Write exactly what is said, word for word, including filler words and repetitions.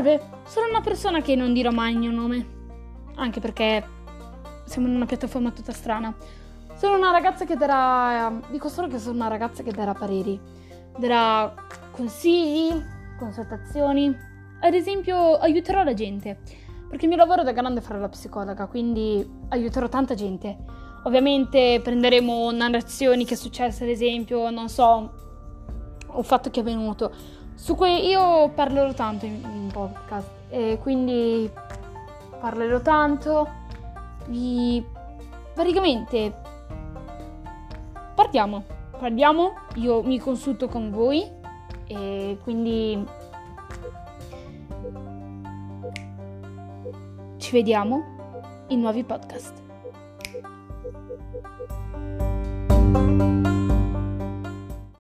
Salve, sono una persona che non dirò mai il mio nome, anche perché siamo in una piattaforma tutta strana. Sono una ragazza che darà, dico solo che sono una ragazza che darà pareri, darà consigli, consultazioni. Ad esempio, aiuterò la gente, perché il mio lavoro da grande è fare la psicologa, quindi aiuterò tanta gente. Ovviamente prenderemo narrazioni che è successo, ad esempio, non so, un fatto che è avvenuto, su cui io parlerò tanto in, in podcast, e quindi parlerò tanto, vi... praticamente parliamo, parliamo, io mi consulto con voi e quindi ci vediamo in nuovi podcast.